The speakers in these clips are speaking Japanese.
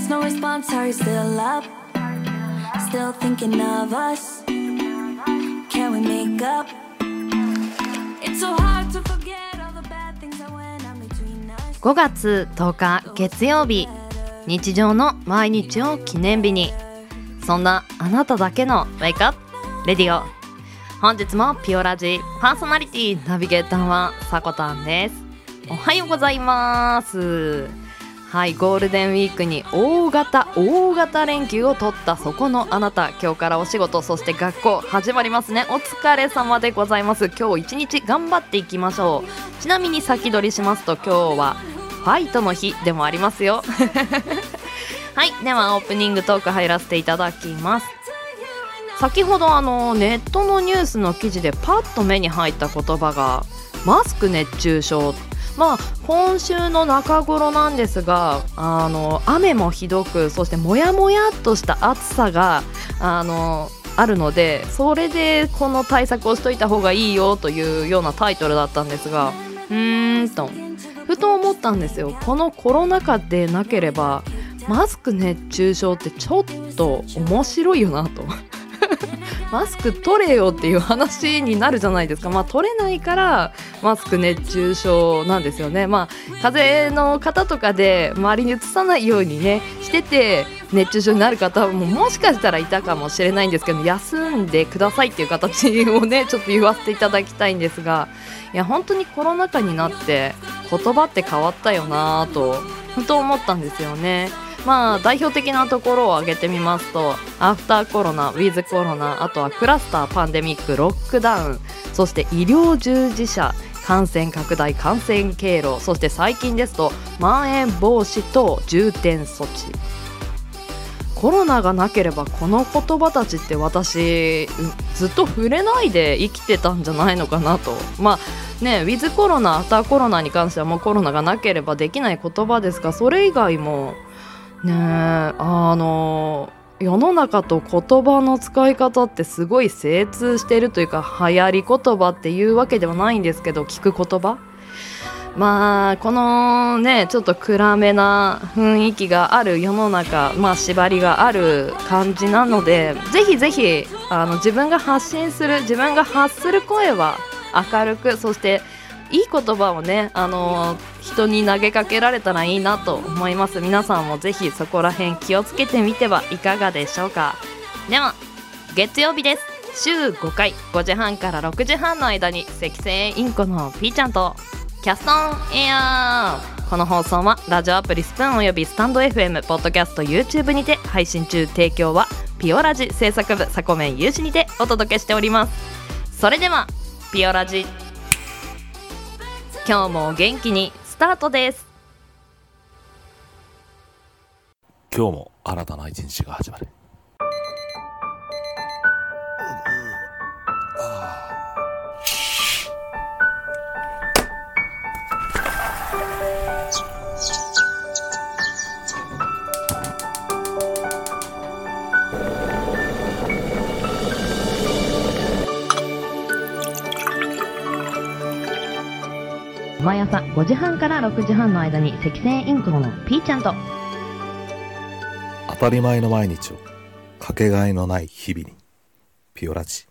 no response, are you still up? Still thinking of us? Can we make up? It's so hard to forget all the bad things that went on between us. 5月10日月曜日、日常の毎日を記念日に、そんなあなただけのウェイクアップレディオ。本日もピオラジパーソナリティナビゲーターはさこたんです。おはようございます。はい、ゴールデンウィークに大型連休を取ったそこのあなた、今日からお仕事、そして学校始まりますね。お疲れ様でございます。今日一日頑張っていきましょう。ちなみに先取りしますと、今日はファイトの日でもありますよはい、ではオープニングトーク入らせていただきます。先ほどネットのニュースの記事でパッと目に入った言葉がマスク熱中症。今週の中頃なんですが、雨もひどく、そしてもやもやっとした暑さがあるので、それでこの対策をしといた方がいいよというようなタイトルだったんですが、ふと思ったんですよ。このコロナ禍でなければマスク熱中症ってちょっと面白いよなとマスク取れよっていう話になるじゃないですか。取れないからマスク熱中症なんですよね。風邪の方とかで周りにうつさないようにねしてて、熱中症になる方ももしかしたらいたかもしれないんですけど、休んでくださいっていう形をねちょっと言わせていただきたいんですが、いや本当にコロナ禍になって言葉って変わったよなとふと思ったんですよね。代表的なところを挙げてみますと、アフターコロナ、ウィズコロナ、あとはクラスター、パンデミック、ロックダウン、そして医療従事者、感染拡大、感染経路、そして最近ですとまん延防止等重点措置。コロナがなければこの言葉たちって私ずっと触れないで生きてたんじゃないのかなと。ウィズコロナ、アフターコロナに関してはもうコロナがなければできない言葉ですが、それ以外もね、世の中と言葉の使い方ってすごい精通しているというか、流行り言葉っていうわけではないんですけど、聞く言葉、このねちょっと暗めな雰囲気がある世の中、縛りがある感じなので、ぜひぜひ自分が発信する、自分が発する声は明るく、そしていい言葉をね人に投げかけられたらいいなと思います。皆さんもぜひそこら辺気をつけてみてはいかがでしょうか。では月曜日です。週5回5時半から6時半の間に赤星インコのピーちゃんとキャストオンエアー。この放送はラジオアプリスプーンおよびスタンド FM、 ポッドキャスト、 YouTube にて配信中。提供はピオラジ制作部サコメン有志にてお届けしております。それではピオラジ、今日も元気にスタートです。 今日も新たな一日が始まる。 毎朝5時半から6時半の間に赤星インコのピーちゃんと、 当たり前の毎日をかけがえのない日々に、ピオラジ。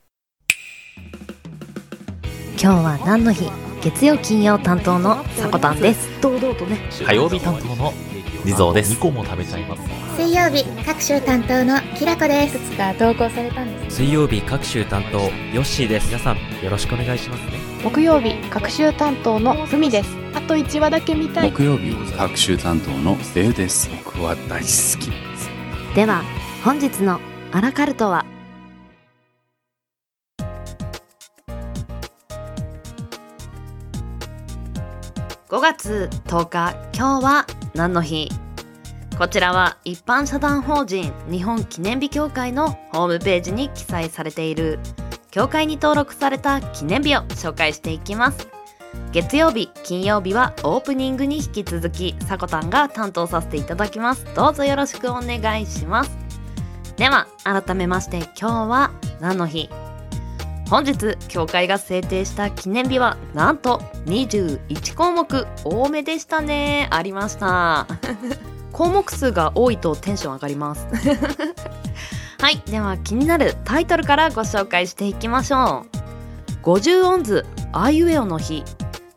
今日は何の日？月曜金曜担当のさこたんです。堂々とね。 火曜日担当のリゾーです。2個も食べちゃいます。 水曜日各週担当のきらこです。 いくつか投稿されたんです。 水曜日各週担当ヨッシーです。皆さんよろしくお願いしますね。 木曜日各週担当のふみです。あと1話だけ見たい。 木曜日各週担当のレイです。僕は大好きです。 では本日のアラカルトは、5月10日、今日は何の日？こちらは一般社団法人日本記念日協会のホームページに記載されている協会に登録された記念日を紹介していきます。月曜日、金曜日はオープニングに引き続きさこたんが担当させていただきます。どうぞよろしくお願いします。では改めまして今日は何の日？本日協会が制定した記念日はなんと21項目多めでしたね。ありました項目数が多いとテンション上がりますはい、では気になるタイトルからご紹介していきましょう。50音図あいうえおの日、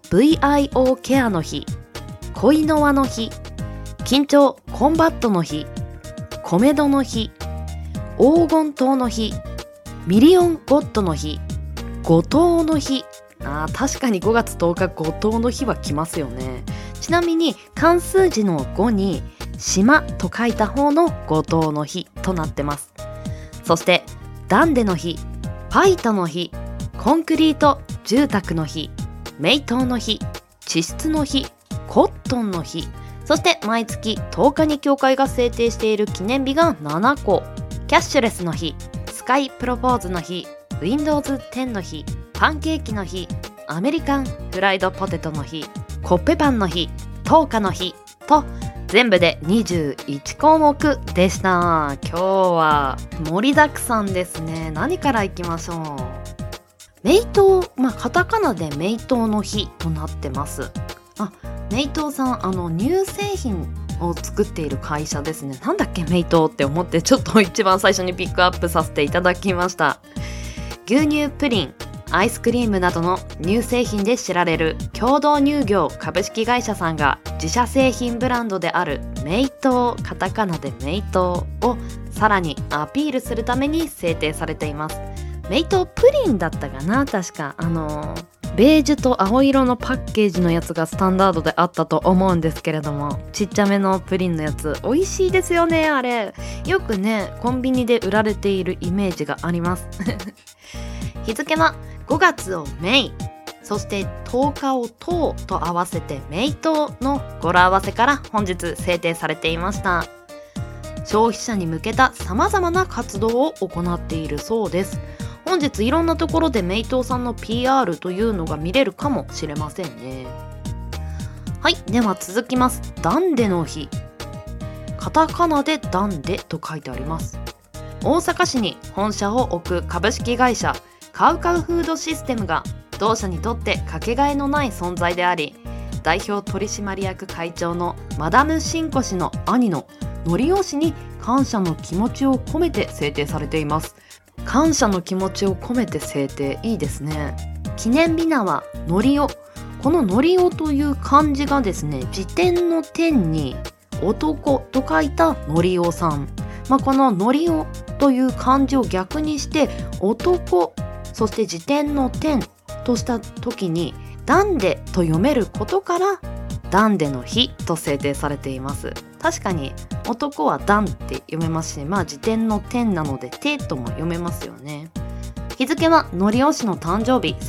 VIO ケアの日、恋の輪の日、緊張コンバットの日、コメドの日、黄金塔の日、ミリオンゴッドの日、五島の日。確かに5月10日五島の日は来ますよね。ちなみに漢数字の5に島と書いた方の五島の日となってます。そしてダンデの日、パイタの日、コンクリート住宅の日、メイトの日、地質の日、コットンの日、そして毎月10日に協会が制定している記念日が7個。キャッシュレスの日、スカイプロポーズの日、Windows 10の日、パンケーキの日、アメリカンフライドポテトの日、コッペパンの日、10日の日と全部で21項目でした。今日は盛りだくさんですね。何からいきましょう。メイトウ、カタカナでメイトウの日となってます。メイトウさん、乳製品を作っている会社ですね。なんだっけメイトウって思ってちょっと一番最初にピックアップさせていただきました。牛乳プリン、アイスクリームなどの乳製品で知られる共同乳業株式会社さんが自社製品ブランドであるメイトウ、カタカナでメイトウをさらにアピールするために制定されています。メイトウプリンだったかな、確かベージュと青色のパッケージのやつがスタンダードであったと思うんですけれども、ちっちゃめのプリンのやつ美味しいですよね。あれよくねコンビニで売られているイメージがあります日付は5月をメイ、そして10日をトウと合わせてメイトウの語呂合わせから本日制定されていました。消費者に向けた様々な活動を行っているそうです。本日いろんなところでメイトウさんの PR というのが見れるかもしれませんね。はい、では続きます。ダンデの日、カタカナでダンデと書いてあります。大阪市に本社を置く株式会社カウカウフードシステムが同社にとってかけがえのない存在であり、代表取締役会長のマダムシンコ氏の兄のノリオ氏に感謝の気持ちを込めて制定されています。感謝の気持ちを込めて制定、いいですね。記念日名はのりお。こののりおという漢字がですね、辞典の点に男と書いたのりおさん。こののりおという漢字を逆にして男、そして辞典の点とした時にダンデと読めることからダンデの日と制定されています。確かに男はダンって読めますし、辞典の点なのでテとも読めますよね。日付はのりお氏の誕生日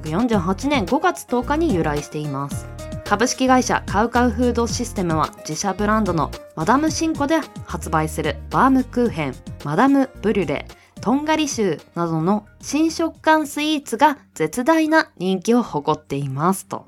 1948年5月10日に由来しています。株式会社カウカウフードシステムは自社ブランドのマダムシンコで発売するバームクーヘン、マダムブリュレ、とんがりシューなどの新食感スイーツが絶大な人気を誇っていますと。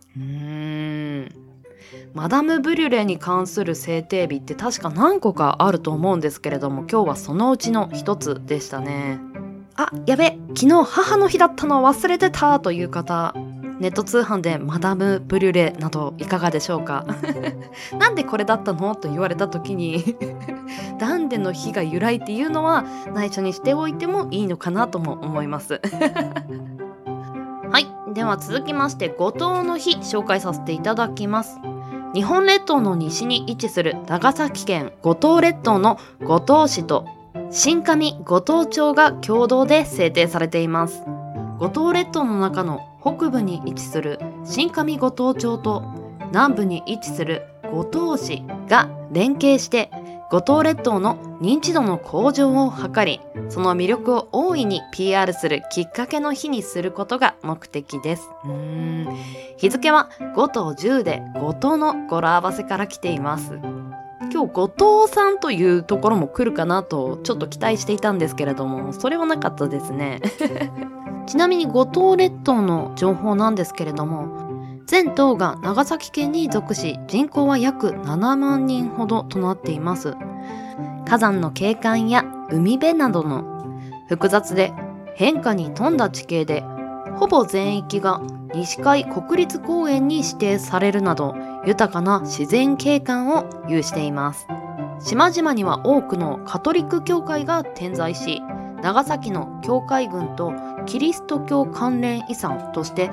マダムブリュレに関する制定日って確か何個かあると思うんですけれども、今日はそのうちの一つでしたね。やべ、昨日母の日だったの忘れてたという方、ネット通販でマダムブリュレなどいかがでしょうかなんでこれだったのと言われた時にダンデの日が由来っていうのは内緒にしておいてもいいのかなとも思いますはい、では続きまして五島の日紹介させていただきます。日本列島の西に位置する長崎県五島列島の五島市と新上五島町が共同で制定されています。五島列島の中の北部に位置する新上五島町と南部に位置する五島市が連携して五島列島の認知度の向上を図り、その魅力を大いに PR するきっかけの日にすることが目的です。日付は5と10で五島の語呂合わせから来ています。今日後藤さんというところも来るかなとちょっと期待していたんですけれども、それはなかったですねちなみに五島列島の情報なんですけれども、全島が長崎県に属し、人口は約7万人ほどとなっています。火山の景観や海辺などの複雑で変化に富んだ地形で、ほぼ全域が西海国立公園に指定されるなど、豊かな自然景観を有しています。 島々には多くのカトリック教会が点在し、長崎の教会群とキリスト教関連遺産として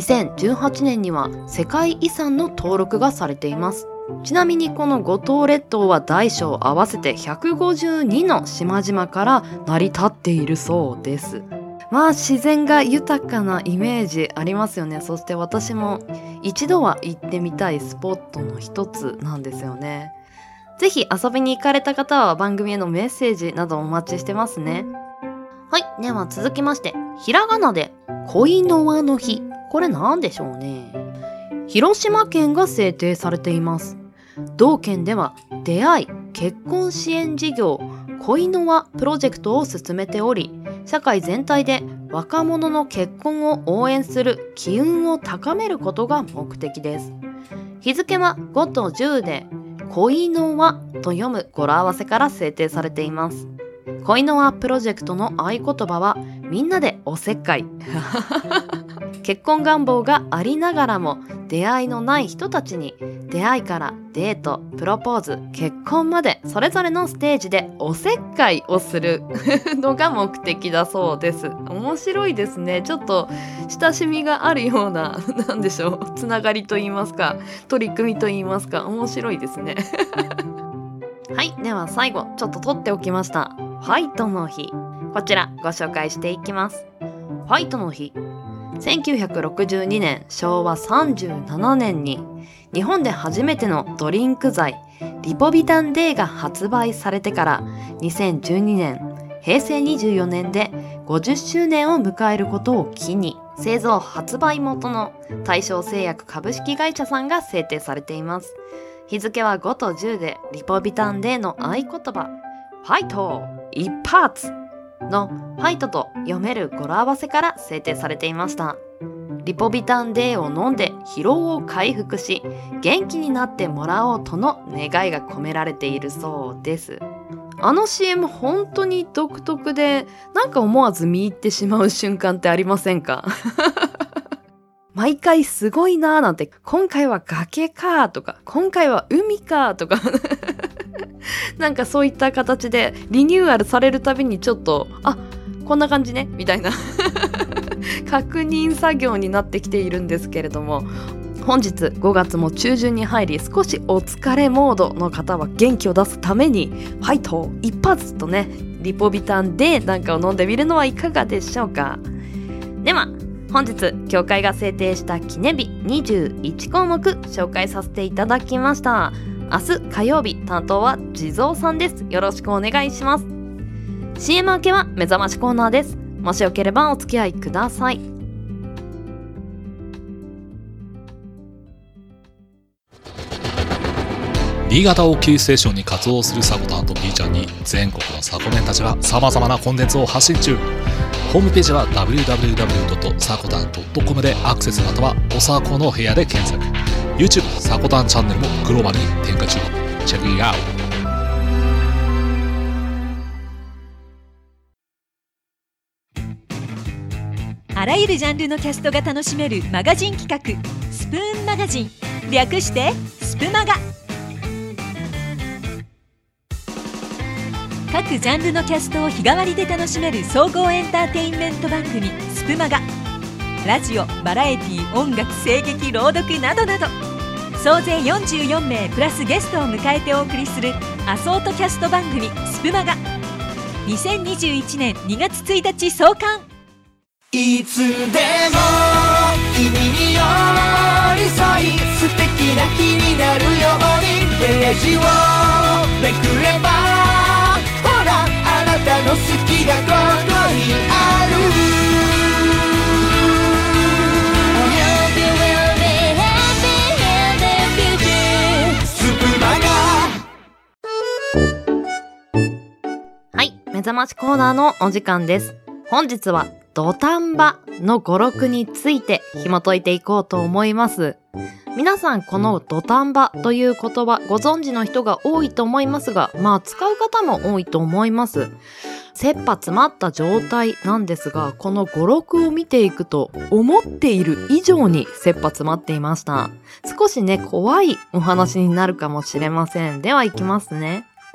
2018年には世界遺産の登録がされています。ちなみにこの五島列島は大小合わせて152の島々から成り立っているそうです。まあ自然が豊かなイメージありますよね。そして私も一度は行ってみたいスポットの一つなんですよね。ぜひ遊びに行かれた方は番組へのメッセージなどお待ちしてますね。はい、では続きまして、ひらがなで恋の輪の日、これなんでしょうね。広島県が制定されています。同県では出会い結婚支援事業恋の輪プロジェクトを進めており、社会全体で若者の結婚を応援する機運を高めることが目的です。日付は5と10で恋の輪と読む語呂合わせから制定されています。恋の輪プロジェクトの合言葉はみんなでおせっかい結婚願望がありながらも出会いのない人たちに出会いからデート、プロポーズ、結婚までそれぞれのステージでおせっかいをするのが目的だそうです。面白いですね。ちょっと親しみがあるような、なんでしょう、つながりと言いますか、取り組みと言いますか、面白いですねはい、では最後ちょっと取っておきましたファイトの日、こちらご紹介していきます。ファイトの日、1962年昭和37年に日本で初めてのドリンク剤リポビタン D が発売されてから2012年平成24年で50周年を迎えることを機に製造発売元の大正製薬株式会社さんが制定されています。日付は5と10でリポビタン D の合言葉ファイト一発のファイトと読める語呂合わせから制定されていました。リポビタン D を飲んで疲労を回復し元気になってもらおうとの願いが込められているそうです。あの CM 本当に独特で、なんか思わず見入ってしまう瞬間ってありませんか毎回すごいなーなんて、今回は崖かーとか、今回は海かーとかなんかそういった形でリニューアルされるたびにちょっと、あ、こんな感じねみたいな確認作業になってきているんですけれども、本日5月も中旬に入り、少しお疲れモードの方は元気を出すためにファイト一発とね、リポビタン D なんかを飲んでみるのはいかがでしょうか。では本日協会が制定した記念日21項目紹介させていただきました。明日火曜日担当は地蔵さんです。よろしくお願いします。 CM 明けは目覚ましコーナーです。もしよければお付き合いください。 新潟をキーステーションに活動するサコタンと B ちゃんに全国のサコメンたちがさまざまなコンテンツを発信中。ホームページは www.sakotan.com でアクセスまたはおさこの部屋で検索。 YouTube サコタンチャンネルもグローバルに展開中。チェックイアウト。 あらゆるジャンルのキャストが楽しめるマガジン企画スプーンマガジン、略してスプマガ。各ジャンルのキャストを日替わりで楽しめる総合エンターテインメント番組スプマガ。ラジオ、バラエティ、音楽、声劇、朗読などなど総勢44名プラスゲストを迎えてお送りするアソートキャスト番組スプマガ。2021年2月1日創刊。 いつでも君に寄り添い素敵な日になるようにページをめくればほらあなたの好きがここにある。 I hope you will be happy in the future スプマガ。はい、目覚ましコーナーのお時間です。本日は土壇場の語録について紐解いていこうと思います。皆さんこの土壇場という言葉ご存知の人が多いと思いますが、まあ使う方も多いと思います。切羽詰まった状態なんですが、この語録を見ていくと思っている以上に切羽詰まっていました。少しね、怖いお話になるかもしれません。では行きますね。